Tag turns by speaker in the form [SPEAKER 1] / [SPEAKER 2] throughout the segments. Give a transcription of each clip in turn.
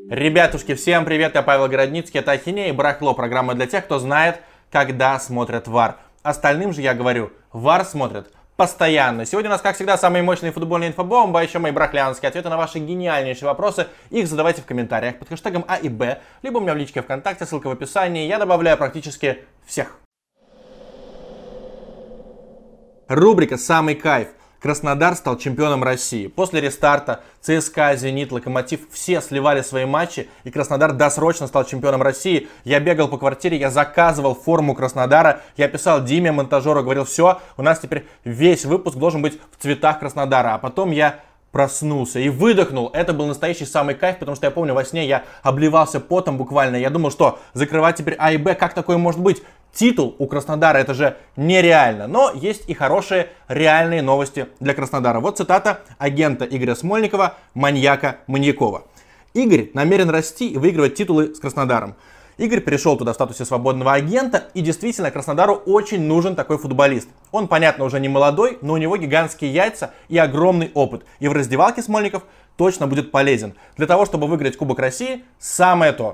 [SPEAKER 1] Ребятушки, всем привет, я Павел Городницкий, это Ахинея и Барахло, программа для тех, кто знает, когда смотрят ВАР. Остальным же я говорю, ВАР смотрят постоянно. Сегодня у нас, как всегда, самые мощные футбольные инфобомбы, а еще мои барахлянские ответы на ваши гениальнейшие вопросы. Их задавайте в комментариях под хэштегом А и Б, либо у меня в личке ВКонтакте, ссылка в описании, я добавляю практически всех. Рубрика «Самый кайф». Краснодар стал чемпионом России. После рестарта ЦСКА, Зенит, Локомотив все сливали свои матчи, и Краснодар досрочно стал чемпионом России. Я бегал по квартире, я заказывал форму Краснодара, я писал Диме, монтажеру, говорил: все, у нас теперь весь выпуск должен быть в цветах Краснодара. А потом я проснулся и выдохнул. Это был настоящий самый кайф, потому что я помню, во сне я обливался потом буквально. Я думал, что закрывать теперь А и Б, как такое может быть? Титул у Краснодара, это же нереально. Но есть и хорошие реальные новости для Краснодара. Вот цитата агента Игоря Смольникова, маньяка Маньякова. Игорь намерен расти и выигрывать титулы с Краснодаром. Игорь перешел туда в статусе свободного агента, и действительно Краснодару очень нужен такой футболист. Он, понятно, уже не молодой, но у него гигантские яйца и огромный опыт. И в раздевалке Смольников точно будет полезен. Для того, чтобы выиграть Кубок России, самое то.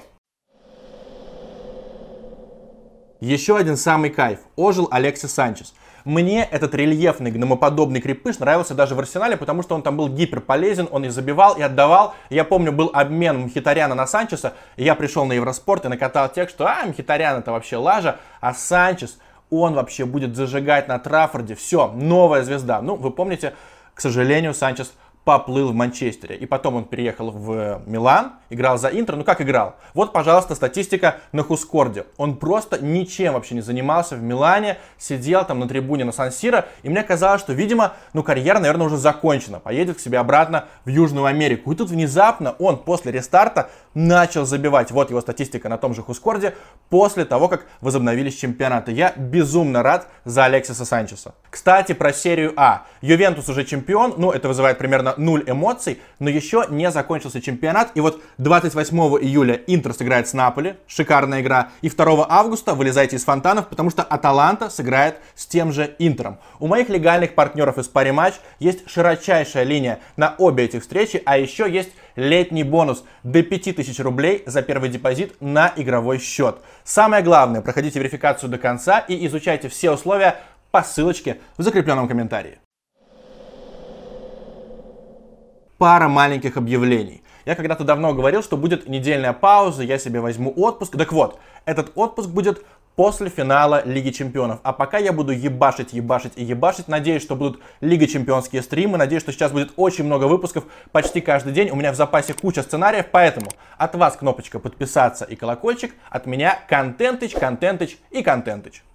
[SPEAKER 1] Еще один самый кайф. Ожил Алексис Санчес. Мне этот рельефный гномоподобный крепыш нравился даже в Арсенале, потому что он там был гиперполезен, он и забивал, и отдавал. Я помню, был обмен Мхитаряна на Санчеса, и я пришел на Евроспорт и накатал текст, что Мхитарян это вообще лажа, а Санчес, он вообще будет зажигать на Траффорде. Все, новая звезда. Ну, вы помните, к сожалению, Санчес поплыл в Манчестере. И потом он переехал в Милан, играл за Интер. Ну как играл? Вот, пожалуйста, статистика на Хускорде. Он просто ничем вообще не занимался в Милане, сидел там на трибуне на Сан-Сиро. И мне казалось, что, видимо, карьера, наверное, уже закончена. Поедет к себе обратно в Южную Америку. И тут внезапно он после рестарта начал забивать. Вот его статистика на том же Хускорде после того, как возобновились чемпионаты. Я безумно рад за Алексиса Санчеса. Кстати, про серию А. Ювентус уже чемпион. Ну, это вызывает примерно 0 эмоций, но еще не закончился чемпионат. И вот 28 июля Интер сыграет с Наполи, шикарная игра. И 2 августа вылезайте из фонтанов, потому что Аталанта сыграет с тем же Интером. У моих легальных партнеров из Париматч есть широчайшая линия на обе этих встречи, а еще есть летний бонус до 5000 рублей за первый депозит на игровой счет. Самое главное, проходите верификацию до конца и изучайте все условия по ссылочке в закрепленном комментарии. Пара маленьких объявлений. Я когда-то давно говорил, что будет недельная пауза, я себе возьму отпуск. Так вот, этот отпуск будет после финала Лиги Чемпионов. А пока я буду ебашить и ебашить. Надеюсь, что будут Лига Чемпионские стримы. Надеюсь, что сейчас будет очень много выпусков почти каждый день. У меня в запасе куча сценариев, поэтому от вас кнопочка подписаться и колокольчик. От меня контентыч и контентыч.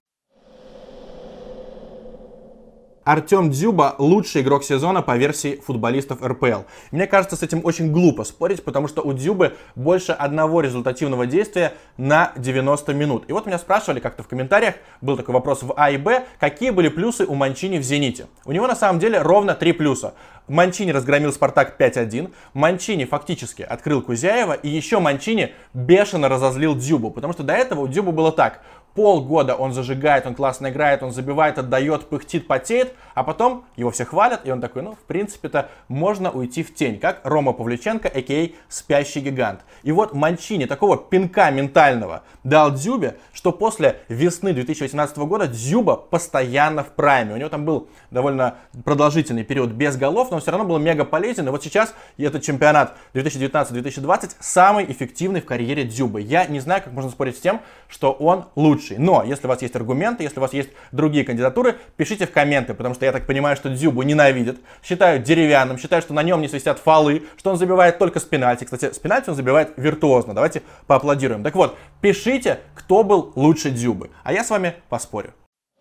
[SPEAKER 1] Артем Дзюба лучший игрок сезона по версии футболистов РПЛ. Мне кажется, с этим очень глупо спорить, потому что у Дзюбы больше одного результативного действия на 90 минут. И вот меня спрашивали как-то в комментариях, был такой вопрос в А и Б, какие были плюсы у Манчини в Зените. У него на самом деле ровно 3 плюса. Манчини разгромил Спартак 5-1, Манчини фактически открыл Кузяева, и еще Манчини бешено разозлил Дзюбу, потому что до этого у Дзюбы было так. Полгода он зажигает, он классно играет, он забивает, отдает, пыхтит, потеет, а потом его все хвалят, и он такой, в принципе-то можно уйти в тень, как Рома Павлюченко, а.к.а. спящий гигант. И вот Манчини такого пинка ментального дал Дзюбе, что после весны 2018 года Дзюба постоянно в прайме. У него там был довольно продолжительный период без голов, но он все равно был мега полезен. И вот сейчас этот чемпионат 2019-2020 самый эффективный в карьере Дзюбы. Я не знаю, как можно спорить с тем, что он лучший. Но если у вас есть аргументы, если у вас есть другие кандидатуры, пишите в комменты, потому что я так понимаю, что Дзюбу ненавидят, считают деревянным, считают, что на нем не свистят фолы, что он забивает только с пенальти. Кстати, с пенальти он забивает виртуозно. Давайте поаплодируем. Так вот, пишите, кто был лучше Дзюбы, а я с вами поспорю.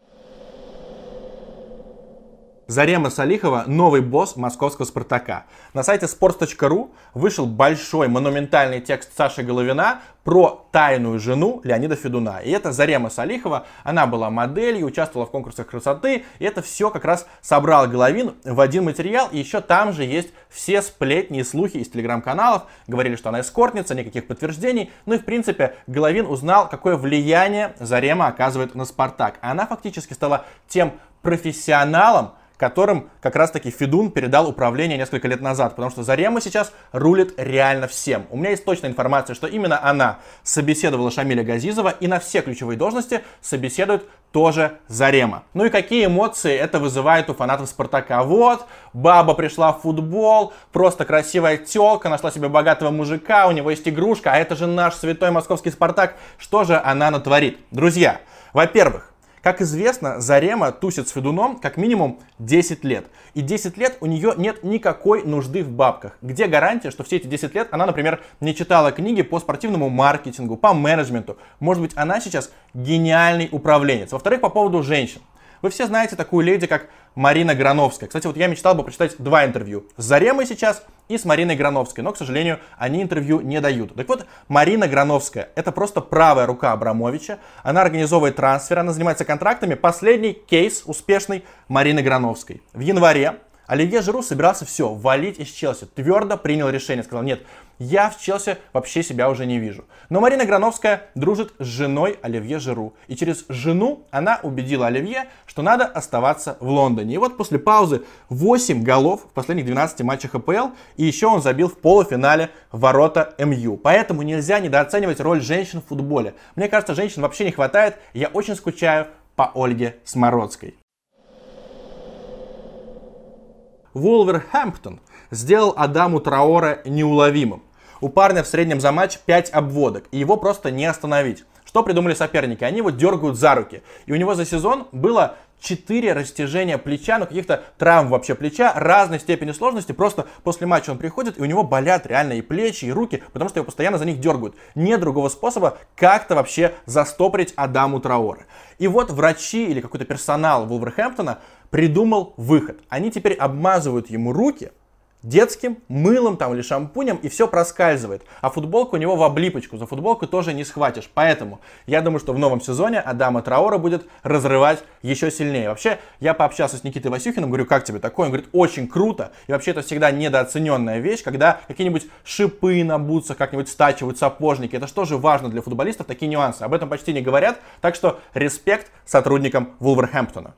[SPEAKER 1] Зарема Салихова – новый босс московского «Спартака». На сайте sports.ru вышел большой монументальный текст Саши Головина про тайную жену Леонида Федуна. И это Зарема Салихова, она была моделью, участвовала в конкурсах красоты. И это все как раз собрал Головин в один материал. И еще там же есть все сплетни и слухи из телеграм-каналов. Говорили, что она эскортница, никаких подтверждений. Ну и в принципе Головин узнал, какое влияние Зарема оказывает на «Спартак». Она фактически стала тем профессионалом, которым как раз-таки Федун передал управление несколько лет назад, потому что Зарема сейчас рулит реально всем. У меня есть точная информация, что именно она собеседовала Шамиля Газизова, и на все ключевые должности собеседует тоже Зарема. Ну и какие эмоции это вызывает у фанатов Спартака? Вот, баба пришла в футбол, просто красивая тёлка, нашла себе богатого мужика, у него есть игрушка, а это же наш святой московский Спартак. Что же она натворит? Друзья, во-первых, как известно, Зарема тусит с Федуном как минимум 10 лет. И 10 лет у нее нет никакой нужды в бабках. Где гарантия, что все эти 10 лет она, например, не читала книги по спортивному маркетингу, по менеджменту? Может быть, она сейчас гениальный управленец. Во-вторых, по поводу женщин. Вы все знаете такую леди, как Марина Грановская. Кстати, вот я мечтал бы прочитать 2 интервью. С Заремой сейчас и с Мариной Грановской. Но, к сожалению, они интервью не дают. Так вот, Марина Грановская — это просто правая рука Абрамовича. Она организовывает трансфер, она занимается контрактами. Последний кейс успешный Марины Грановской. В январе Оливье Жиру собирался все, валить из Челси. Твердо принял решение, сказал: нет, я в Челси вообще себя уже не вижу. Но Марина Грановская дружит с женой Оливье Жиру. И через жену она убедила Оливье, что надо оставаться в Лондоне. И вот после паузы 8 голов в последних 12 матчах АПЛ. И еще он забил в полуфинале в ворота МЮ. Поэтому нельзя недооценивать роль женщин в футболе. Мне кажется, женщин вообще не хватает. Я очень скучаю по Ольге Смородской. Вулверхэмптон сделал Адаму Траоре неуловимым. У парня в среднем за матч 5 обводок, и его просто не остановить. Что придумали соперники? Они его дергают за руки. И у него за сезон было 4 растяжения плеча, ну каких-то травм вообще плеча разной степени сложности. Просто после матча он приходит, и у него болят реально и плечи, и руки, потому что его постоянно за них дергают. Нет другого способа как-то вообще застопорить Адаму Траоре. И вот врачи или какой-то персонал Вулверхэмптона придумал выход. Они теперь обмазывают ему руки детским мылом там или шампунем, и все проскальзывает. А футболку у него в облипочку, за футболку тоже не схватишь. Поэтому я думаю, что в новом сезоне Адама Траоре будет разрывать еще сильнее. Вообще, я пообщался с Никитой Васюхиным, говорю: как тебе такое? Он говорит: очень круто. И вообще это всегда недооцененная вещь, когда какие-нибудь шипы на бутсах как-нибудь стачивают сапожники. Это что же важно для футболистов, такие нюансы. Об этом почти не говорят, так что респект сотрудникам Вулверхэмптона.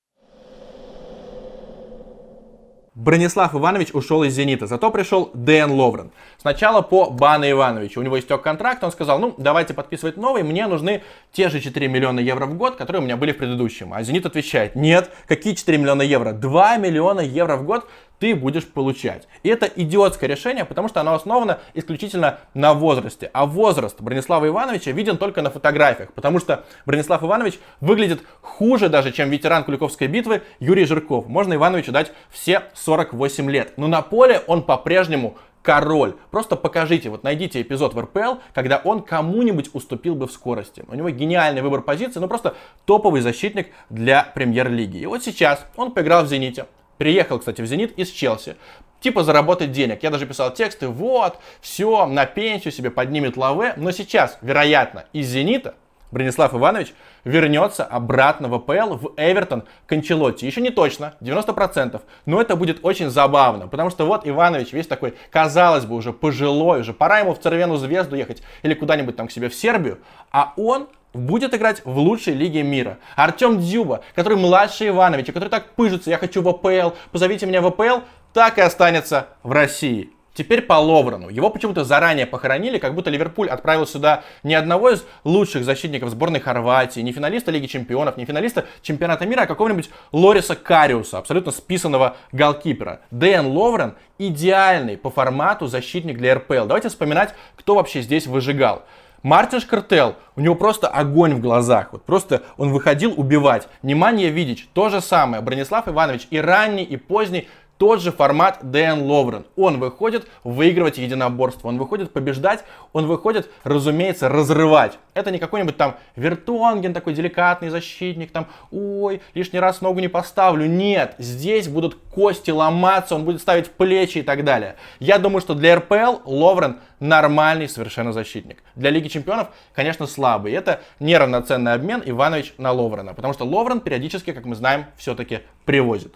[SPEAKER 1] Бронислав Иванович ушел из «Зенита», зато пришел Дэн Ловрен. Сначала по Бане Ивановичу. У него истек контракт, он сказал: ну, давайте подписывать новый, мне нужны те же 4 миллиона евро в год, которые у меня были в предыдущем. А «Зенит» отвечает: нет, какие 4 миллиона евро? 2 миллиона евро в год ты будешь получать. И это идиотское решение, потому что оно основано исключительно на возрасте. А возраст Бронислава Ивановича виден только на фотографиях, потому что Бронислав Иванович выглядит хуже даже, чем ветеран Куликовской битвы Юрий Жирков. Можно Ивановичу дать все 48 лет. Но на поле он по-прежнему король. Просто покажите, вот найдите эпизод в РПЛ, когда он кому-нибудь уступил бы в скорости. У него гениальный выбор позиции, ну просто топовый защитник для премьер-лиги. И вот сейчас он поиграл в «Зените». Приехал, кстати, в «Зенит» из Челси. Типа заработать денег. Я даже писал тексты: вот, все, на пенсию себе поднимет Лаве. Но сейчас, вероятно, из «Зенита» Бронислав Иванович вернется обратно в АПЛ, в Эвертон к Анчелотти. Еще не точно, 90%, но это будет очень забавно, потому что вот Иванович весь такой, казалось бы, уже пожилой, уже пора ему в Цервену Звезду ехать или куда-нибудь там к себе в Сербию, а он будет играть в лучшей лиге мира. Артем Дзюба, который младше Ивановича, который так пыжится: я хочу в АПЛ, позовите меня в АПЛ, так и останется в России. Теперь по Ловрену. Его почему-то заранее похоронили, как будто Ливерпуль отправил сюда не одного из лучших защитников сборной Хорватии, не финалиста Лиги Чемпионов, не финалиста Чемпионата мира, а какого-нибудь Лориса Кариуса, абсолютно списанного голкипера. Дэн Ловрен идеальный по формату защитник для РПЛ. Давайте вспоминать, кто вообще здесь выжигал. Мартин Шкартел, у него просто огонь в глазах, вот просто он выходил убивать. Немanja Vidic, то же самое. Бронислав Иванович и ранний, и поздний, тот же формат Дэн Ловрен. Он выходит выигрывать единоборство, он выходит побеждать, он выходит, разумеется, разрывать. Это не какой-нибудь там Вертонген, такой деликатный защитник, там, ой, лишний раз ногу не поставлю. Нет, здесь будут кости ломаться, он будет ставить в плечи и так далее. Я думаю, что для РПЛ Ловрен нормальный совершенно защитник. Для Лиги Чемпионов, конечно, слабый. Это неравноценный обмен Иванович на Ловрена, потому что Ловрен периодически, как мы знаем, все-таки привозит.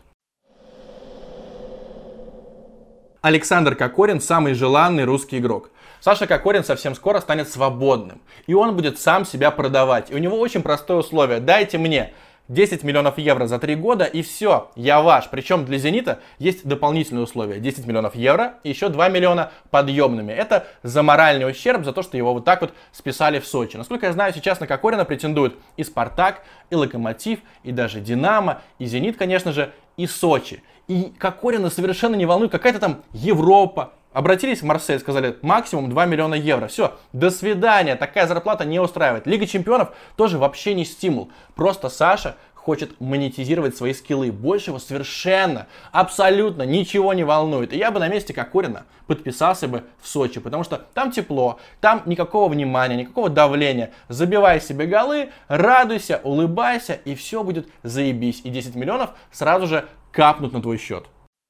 [SPEAKER 1] Александр Кокорин — самый желанный русский игрок. Саша Кокорин совсем скоро станет свободным. И он будет сам себя продавать. И у него очень простое условие: дайте мне 10 миллионов евро за 3 года и все, я ваш. Причем для «Зенита» есть дополнительные условия. 10 миллионов евро и еще 2 миллиона подъемными. Это за моральный ущерб, за то, что его вот так вот списали в Сочи. Насколько я знаю, сейчас на Кокорина претендуют и «Спартак», и «Локомотив», и даже «Динамо», и «Зенит», конечно же, и «Сочи». И Кокорина совершенно не волнует какая-то там Европа. Обратились в Марсель, сказали, максимум 2 миллиона евро. Все, до свидания, такая зарплата не устраивает. Лига чемпионов тоже вообще не стимул. Просто Саша хочет монетизировать свои скиллы. Больше его совершенно, абсолютно ничего не волнует. И я бы на месте Кокорина подписался бы в Сочи, потому что там тепло, там никакого внимания, никакого давления. Забивай себе голы, радуйся, улыбайся, и все будет заебись. И 10 миллионов сразу же капнут на твой счет.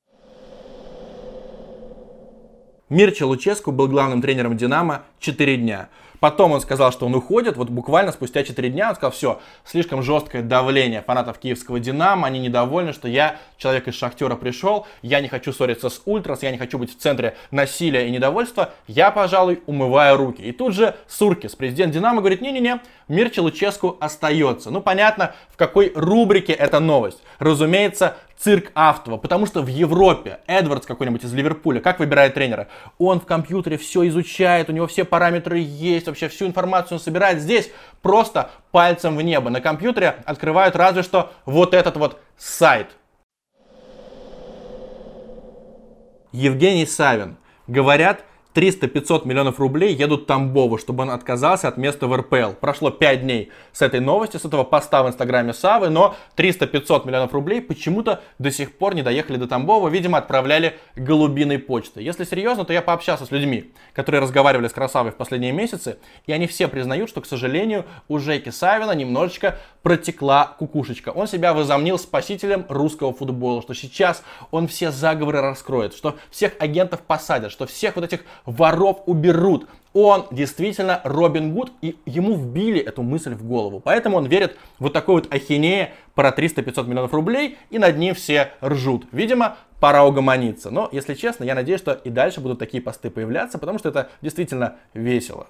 [SPEAKER 1] Мирча Луческу был главным тренером «Динамо» 4 дня. Потом он сказал, что он уходит, вот буквально спустя 4 дня он сказал, все, слишком жесткое давление фанатов киевского «Динамо», они недовольны, что я, человек из «Шахтера», пришел, я не хочу ссориться с ультрас, я не хочу быть в центре насилия и недовольства, я, пожалуй, умываю руки. И тут же Суркис, президент «Динамо», говорит, не-не-не, Мирча Луческу остается. Ну, понятно, в какой рубрике эта новость. Разумеется, цирк Автова, потому что в Европе Эдвардс какой-нибудь из Ливерпуля, как выбирает тренера? Он в компьютере все изучает, у него все параметры есть, вообще всю информацию он собирает. Здесь просто пальцем в небо. На компьютере открывают разве что вот этот вот сайт. Евгений Савин. Говорят, 300-500 миллионов рублей едут в Тамбову, чтобы он отказался от места в РПЛ. Прошло 5 дней с этой новости, с этого поста в инстаграме Савы, но 300-500 миллионов рублей почему-то до сих пор не доехали до Тамбова, видимо, отправляли голубиной почтой. Если серьезно, то я пообщался с людьми, которые разговаривали с Красавой в последние месяцы, и они все признают, что, к сожалению, у Жеки Савина немножечко протекла кукушечка. Он себя возомнил спасителем русского футбола, что сейчас он все заговоры раскроет, что всех агентов посадят, что всех вот этих воров уберут. Он действительно Робин Гуд, и ему вбили эту мысль в голову. Поэтому он верит в вот такой вот ахинея про 300-500 миллионов рублей, и над ним все ржут. Видимо, пора угомониться. Но, если честно, я надеюсь, что и дальше будут такие посты появляться, потому что это действительно весело.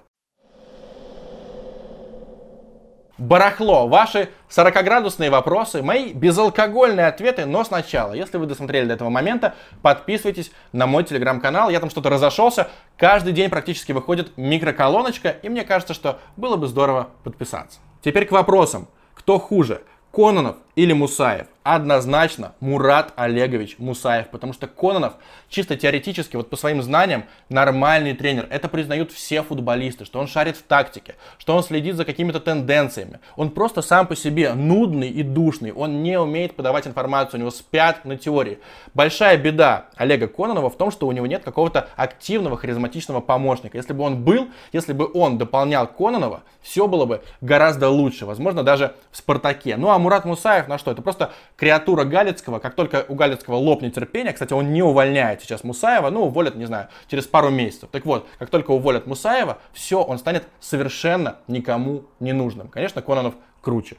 [SPEAKER 1] Барахло. Ваши 40-градусные вопросы, мои безалкогольные ответы, но сначала, если вы досмотрели до этого момента, подписывайтесь на мой телеграм-канал, я там что-то разошелся, каждый день практически выходит микроколоночка, и мне кажется, что было бы здорово подписаться. Теперь к вопросам. Кто хуже, Кононов или Мусаев? Однозначно Мурат Олегович Мусаев, потому что Кононов чисто теоретически, вот по своим знаниям, нормальный тренер. Это признают все футболисты, что он шарит в тактике, что он следит за какими-то тенденциями. Он просто сам по себе нудный и душный, он не умеет подавать информацию, у него спят на теории. Большая беда Олега Кононова в том, что у него нет какого-то активного, харизматичного помощника. Если бы он был, если бы он дополнял Кононова, все было бы гораздо лучше, возможно, даже в «Спартаке». Ну а Мурат Мусаев, на что? Это просто креатура Галицкого. Как только у Галицкого лопнет терпение, кстати, он не увольняет сейчас Мусаева, ну, уволят, не знаю, через пару месяцев. Так вот, как только уволят Мусаева, все, он станет совершенно никому не нужным. Конечно, Кононов круче.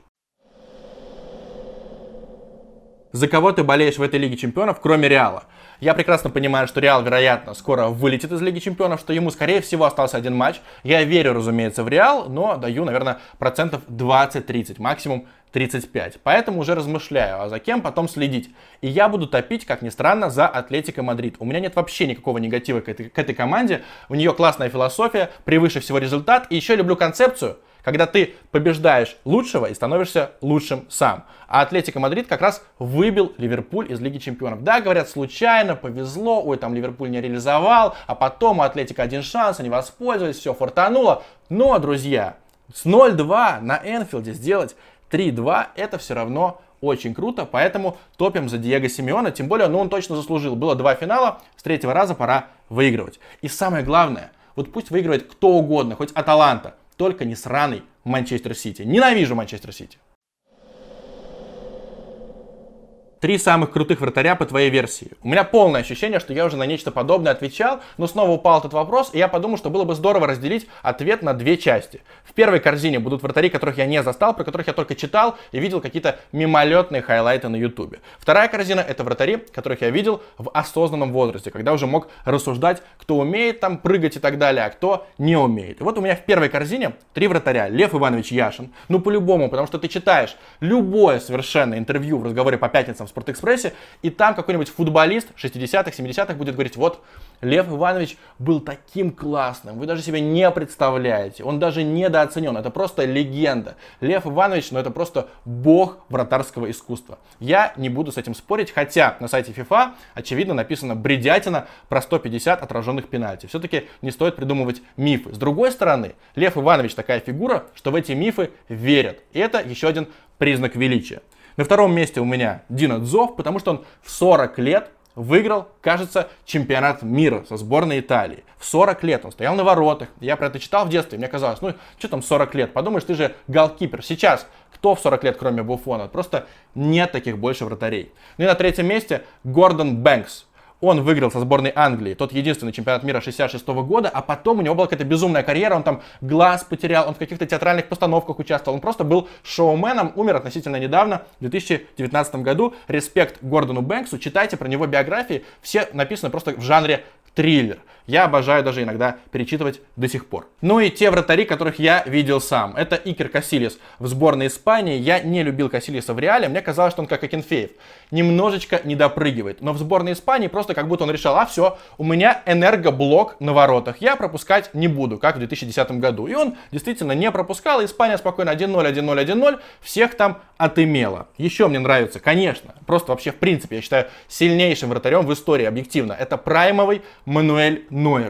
[SPEAKER 1] За кого ты болеешь в этой Лиге Чемпионов, кроме Реала? Я прекрасно понимаю, что Реал, вероятно, скоро вылетит из Лиги Чемпионов, что ему, скорее всего, остался один матч. Я верю, разумеется, в Реал, но даю, наверное, процентов 20-30, максимум 35. Поэтому уже размышляю, а за кем потом следить. И я буду топить, как ни странно, за Атлетико Мадрид. У меня нет вообще никакого негатива к этой команде. У нее классная философия, превыше всего результат. И еще люблю концепцию, когда ты побеждаешь лучшего и становишься лучшим сам. А Атлетико Мадрид как раз выбил Ливерпуль из Лиги Чемпионов. Да, говорят, случайно, повезло, ой, там Ливерпуль не реализовал, а потом у Атлетико один шанс, они воспользовались, все, фартануло. Но, друзья, с 0-2 на Энфилде сделать 3-2, это все равно очень круто, поэтому топим за Диего Симеона, тем более, ну, он точно заслужил. Было 2 финала, с 3-го раза пора выигрывать. И самое главное, вот пусть выигрывает кто угодно, хоть Аталанта, только не сраный Манчестер Сити. Ненавижу Манчестер Сити. 3 самых крутых вратаря по твоей версии. У меня полное ощущение, что я уже на нечто подобное отвечал, но снова упал этот вопрос, и я подумал, что было бы здорово разделить ответ на 2 части. В первой корзине будут вратари, которых я не застал, про которых я только читал и видел какие-то мимолетные хайлайты на ютубе. Вторая корзина — это вратари, которых я видел в осознанном возрасте, когда уже мог рассуждать, кто умеет там прыгать и так далее, а кто не умеет. И вот у меня в первой корзине 3 вратаря. Лев Иванович Яшин, ну по-любому, потому что ты читаешь любое совершенно интервью в разговоре по пятницам в Спортэкспрессе, и там какой-нибудь футболист 60-х, 70-х будет говорить: вот, Лев Иванович был таким классным, вы даже себе не представляете, он даже недооценен, это просто легенда. Лев Иванович, ну это просто бог вратарского искусства. Я не буду с этим спорить, хотя на сайте FIFA, очевидно, написано бредятина про 150 отраженных пенальти. Все-таки не стоит придумывать мифы. С другой стороны, Лев Иванович такая фигура, что в эти мифы верят. И это еще один признак величия. На втором месте у меня Дино Дзов, потому что он в 40 лет выиграл, кажется, чемпионат мира со сборной Италии. В 40 лет он стоял на воротах. Я про это читал в детстве, мне казалось, ну что там 40 лет, подумаешь, ты же голкипер. Сейчас кто в 40 лет, кроме Буффона? Просто нет таких больше вратарей. Ну и на третьем месте Гордон Бэнкс. Он выиграл со сборной Англии тот единственный чемпионат мира 66 года, а потом у него была какая-то безумная карьера, он там глаз потерял, он в каких-то театральных постановках участвовал, он просто был шоуменом, умер относительно недавно, в 2019 году. Респект Гордону Бэнксу, читайте про него биографии, все написаны просто в жанре триллер. Я обожаю даже иногда перечитывать до сих пор. Ну и те вратари, которых я видел сам. Это Икер Касильяс в сборной Испании. Я не любил Касильяса в Реале. Мне казалось, что он как Акинфеев. Немножечко не допрыгивает. Но в сборной Испании просто как будто он решил: а все, у меня энергоблок на воротах. Я пропускать не буду, как в 2010 году. И он действительно не пропускал. Испания спокойно 1-0, 1-0, 1-0. Всех там отымела. Еще мне нравится, конечно, просто вообще в принципе, я считаю, сильнейшим вратарем в истории объективно. Это праймовый Мануэль Нойер.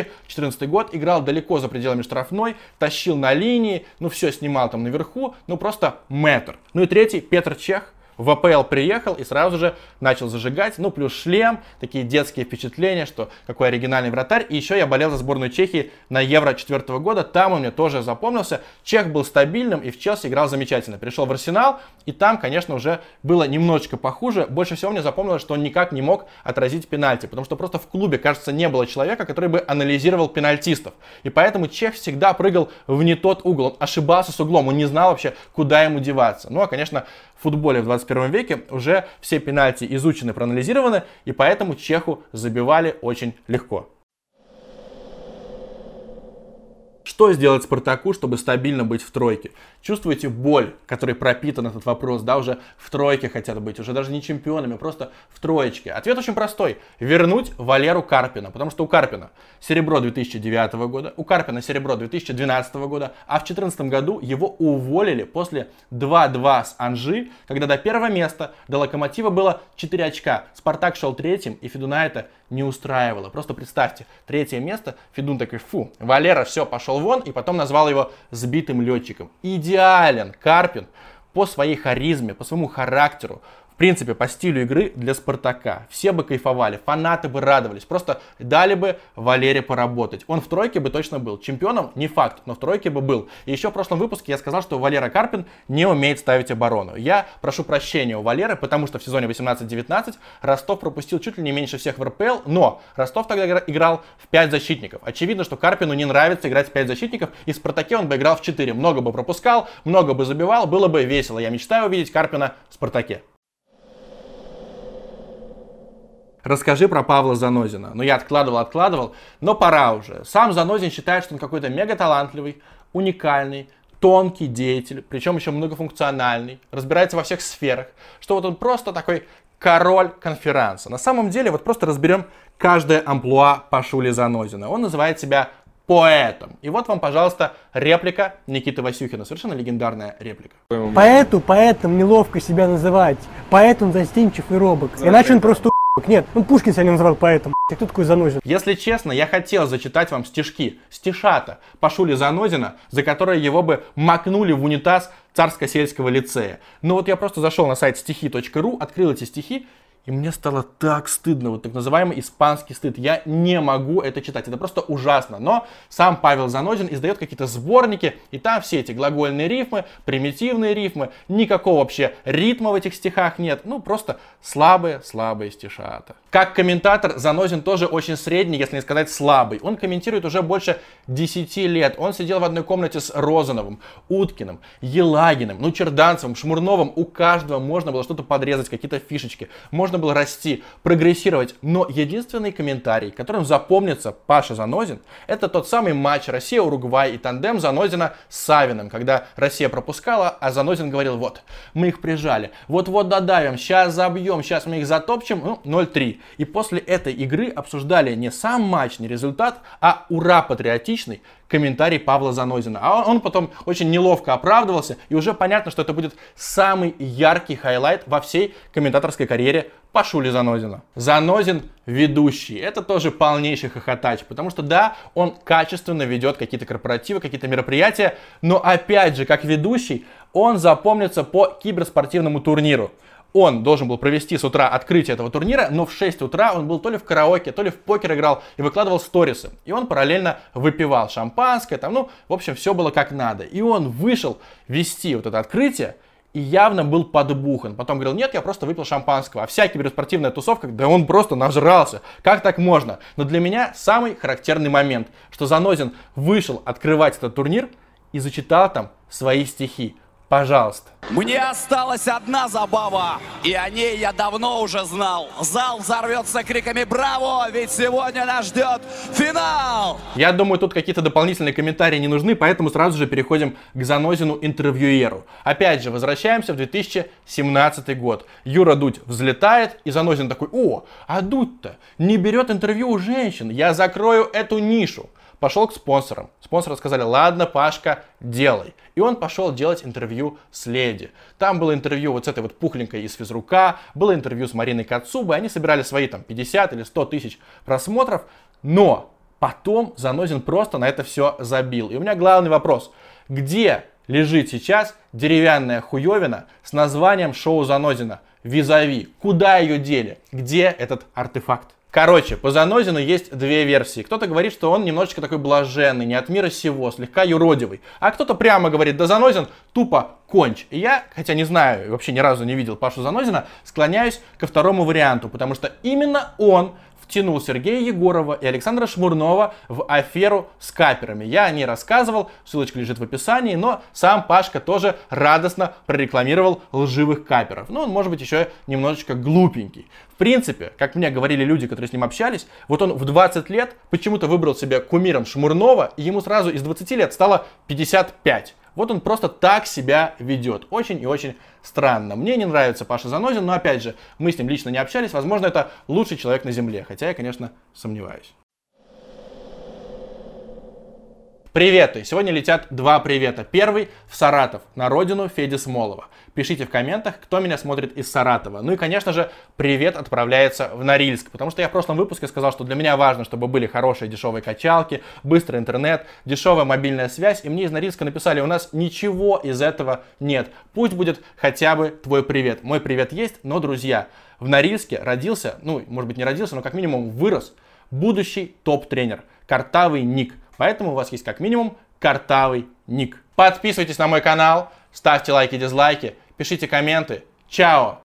[SPEAKER 1] 2014 год, играл далеко за пределами штрафной, тащил на линии, ну все, снимал там наверху, ну просто мэтр. Ну и третий, Петр Чех. В АПЛ приехал и сразу же начал зажигать, ну плюс шлем, такие детские впечатления, что какой оригинальный вратарь. И еще я болел за сборную Чехии на Евро 2004 года, там он мне тоже запомнился. Чех был стабильным и в Челси играл замечательно. Пришел в Арсенал, и там, конечно, уже было немножечко похуже. Больше всего мне запомнилось, что он никак не мог отразить пенальти, потому что просто в клубе, кажется, не было человека, который бы анализировал пенальтистов. И поэтому Чех всегда прыгал в не тот угол, он ошибался с углом, он не знал вообще, куда ему деваться. Ну а, конечно, в футболе в 21 веке уже все пенальти изучены, проанализированы, и поэтому Чеху забивали очень легко. Что сделать Спартаку, чтобы стабильно быть в тройке? Чувствуете боль, которой пропитан этот вопрос, да, уже в тройке хотят быть, уже даже не чемпионами, просто в троечке. Ответ очень простой. Вернуть Валеру Карпина, потому что у Карпина серебро 2009 года, у Карпина серебро 2012 года, а в 2014 году его уволили после 2-2 с Анжи, когда до первого места, до Локомотива было 4 очка. Спартак шел третьим, и Федуна это не устраивало. Просто представьте, третье место, Федун такой: фу, Валера, все, пошел вон, и потом назвал его сбитым летчиком. Идеален Карпин по своей харизме, по своему характеру, в принципе, по стилю игры для Спартака. Все бы кайфовали, фанаты бы радовались, просто дали бы Валере поработать. Он в тройке бы точно был. Чемпионом не факт, но в тройке бы был. И еще в прошлом выпуске я сказал, что Валера Карпин не умеет ставить оборону. Я прошу прощения у Валеры, потому что в сезоне 18-19 Ростов пропустил чуть ли не меньше всех в РПЛ, но Ростов тогда играл в 5 защитников. Очевидно, что Карпину не нравится играть в 5 защитников, и в Спартаке он бы играл в 4. Много бы пропускал, много бы забивал, было бы весело. Я мечтаю увидеть Карпина в Спартаке. Расскажи про Павла Занозина. Ну, я откладывал, но пора уже. Сам Занозин считает, что он какой-то мега талантливый, уникальный, тонкий деятель, причем еще многофункциональный, разбирается во всех сферах, что вот он просто такой король конференса. На самом деле, вот просто разберем каждое амплуа Пашули Занозина. Он называет себя поэтом. И вот вам, пожалуйста, реплика Никиты Васюхина. Совершенно легендарная реплика.
[SPEAKER 2] Поэтом неловко себя называть. Поэт он застенчив и робок. Иначе он просто нет, он Пушкин себя не называл поэтом. А кто такой Занозин?
[SPEAKER 1] Если честно, я хотел зачитать вам стишки. Стишата Пашули Занозина, за которые его бы макнули в унитаз Царско-сельского лицея. Но вот я просто зашел на сайт стихи.ру, открыл эти стихи, И мне стало так стыдно, вот так называемый испанский стыд. Я не могу это читать, это просто ужасно. Но сам Павел Занозин издает какие-то сборники, и там все эти глагольные рифмы, примитивные рифмы, никакого вообще ритма в этих стихах нет. Ну, просто слабые стишата. Как комментатор, Занозин тоже очень средний, если не сказать слабый. Он комментирует уже больше 10 лет. Он сидел в одной комнате с Розановым, Уткиным, Елагиным, Черданцевым, Шмурновым. У каждого можно было что-то подрезать, какие-то фишечки. Можно было расти, прогрессировать. Но единственный комментарий, которым запомнится Паша Занозин, это тот самый матч Россия-Уругвай и тандем Занозина с Савиным, когда Россия пропускала, а Занозин говорил: вот, мы их прижали, вот-вот додавим, сейчас забьем, сейчас мы их затопчем, 0-3. И после этой игры обсуждали не сам матч, не результат, а ура патриотичный комментарий Павла Занозина. А он потом очень неловко оправдывался, и уже понятно, что это будет самый яркий хайлайт во всей комментаторской карьере Пашули Занозина. Занозин ведущий. Это тоже полнейший хохотач, потому что да, он качественно ведет какие-то корпоративы, какие-то мероприятия, но опять же, как ведущий, он запомнится по киберспортивному турниру. Он должен был провести с утра открытие этого турнира, но в 6 утра он был то ли в караоке, то ли в покер играл и выкладывал сторисы. И он параллельно выпивал шампанское, в общем, все было как надо. И он вышел вести вот это открытие и явно был подбухан. Потом говорил: нет, я просто выпил шампанского. А вся киберспортивная тусовка, да он просто нажрался. Как так можно? Но для меня самый характерный момент, что Занозин вышел открывать этот турнир и зачитал там свои стихи. Пожалуйста.
[SPEAKER 3] Мне осталась одна забава, и о ней я давно уже знал. Зал взорвется криками «Браво!», ведь сегодня нас ждет финал!
[SPEAKER 1] Я думаю, тут какие-то дополнительные комментарии не нужны, поэтому сразу же переходим к Занозину интервьюеру. Опять же, возвращаемся в 2017 год. Юра Дудь взлетает, и Занозин такой: о, а Дудь-то не берет интервью у женщин, я закрою эту нишу. Пошел к спонсорам. Спонсоры сказали: ладно, Пашка, делай. И он пошел делать интервью с леди. Там было интервью вот с этой вот пухленькой из физрука, было интервью с Мариной Кацубой, они собирали свои там 50 или 100 тысяч просмотров, но потом Занозин просто на это все забил. И у меня главный вопрос: где лежит сейчас деревянная хуевина с названием шоу Занозина «Визави»? Куда ее дели? Где этот артефакт? Короче, по Занозину есть две версии. Кто-то говорит, что он немножечко такой блаженный, не от мира сего, слегка юродивый. А кто-то прямо говорит: да Занозин тупо конч. И я, хотя не знаю, вообще ни разу не видел Пашу Занозина, склоняюсь ко второму варианту, потому что именно он втянул Сергея Егорова и Александра Шмурнова в аферу с каперами. Я о ней рассказывал, ссылочка лежит в описании, но сам Пашка тоже радостно прорекламировал лживых каперов. Он, может быть, еще немножечко глупенький. В принципе, как мне говорили люди, которые с ним общались, вот он в 20 лет почему-то выбрал себя кумиром Шмурнова, и ему сразу из 20 лет стало 55. Вот он просто так себя ведет. Очень и очень странно. Мне не нравится Паша Занозин, но опять же, мы с ним лично не общались. Возможно, это лучший человек на земле. Хотя я, конечно, сомневаюсь. Приветы! Сегодня летят два привета. Первый в Саратов, на родину Феди Смолова. Пишите в комментах, кто меня смотрит из Саратова. Ну и, конечно же, привет отправляется в Норильск, потому что я в прошлом выпуске сказал, что для меня важно, чтобы были хорошие дешевые качалки, быстрый интернет, дешевая мобильная связь. И мне из Норильска написали: у нас ничего из этого нет. Пусть будет хотя бы твой привет. Мой привет есть, но, друзья, в Норильске родился, может быть не родился, но как минимум вырос будущий топ-тренер, картавый Ник. Поэтому у вас есть как минимум картавый ник. Подписывайтесь на мой канал, ставьте лайки, дизлайки, пишите комменты. Чао!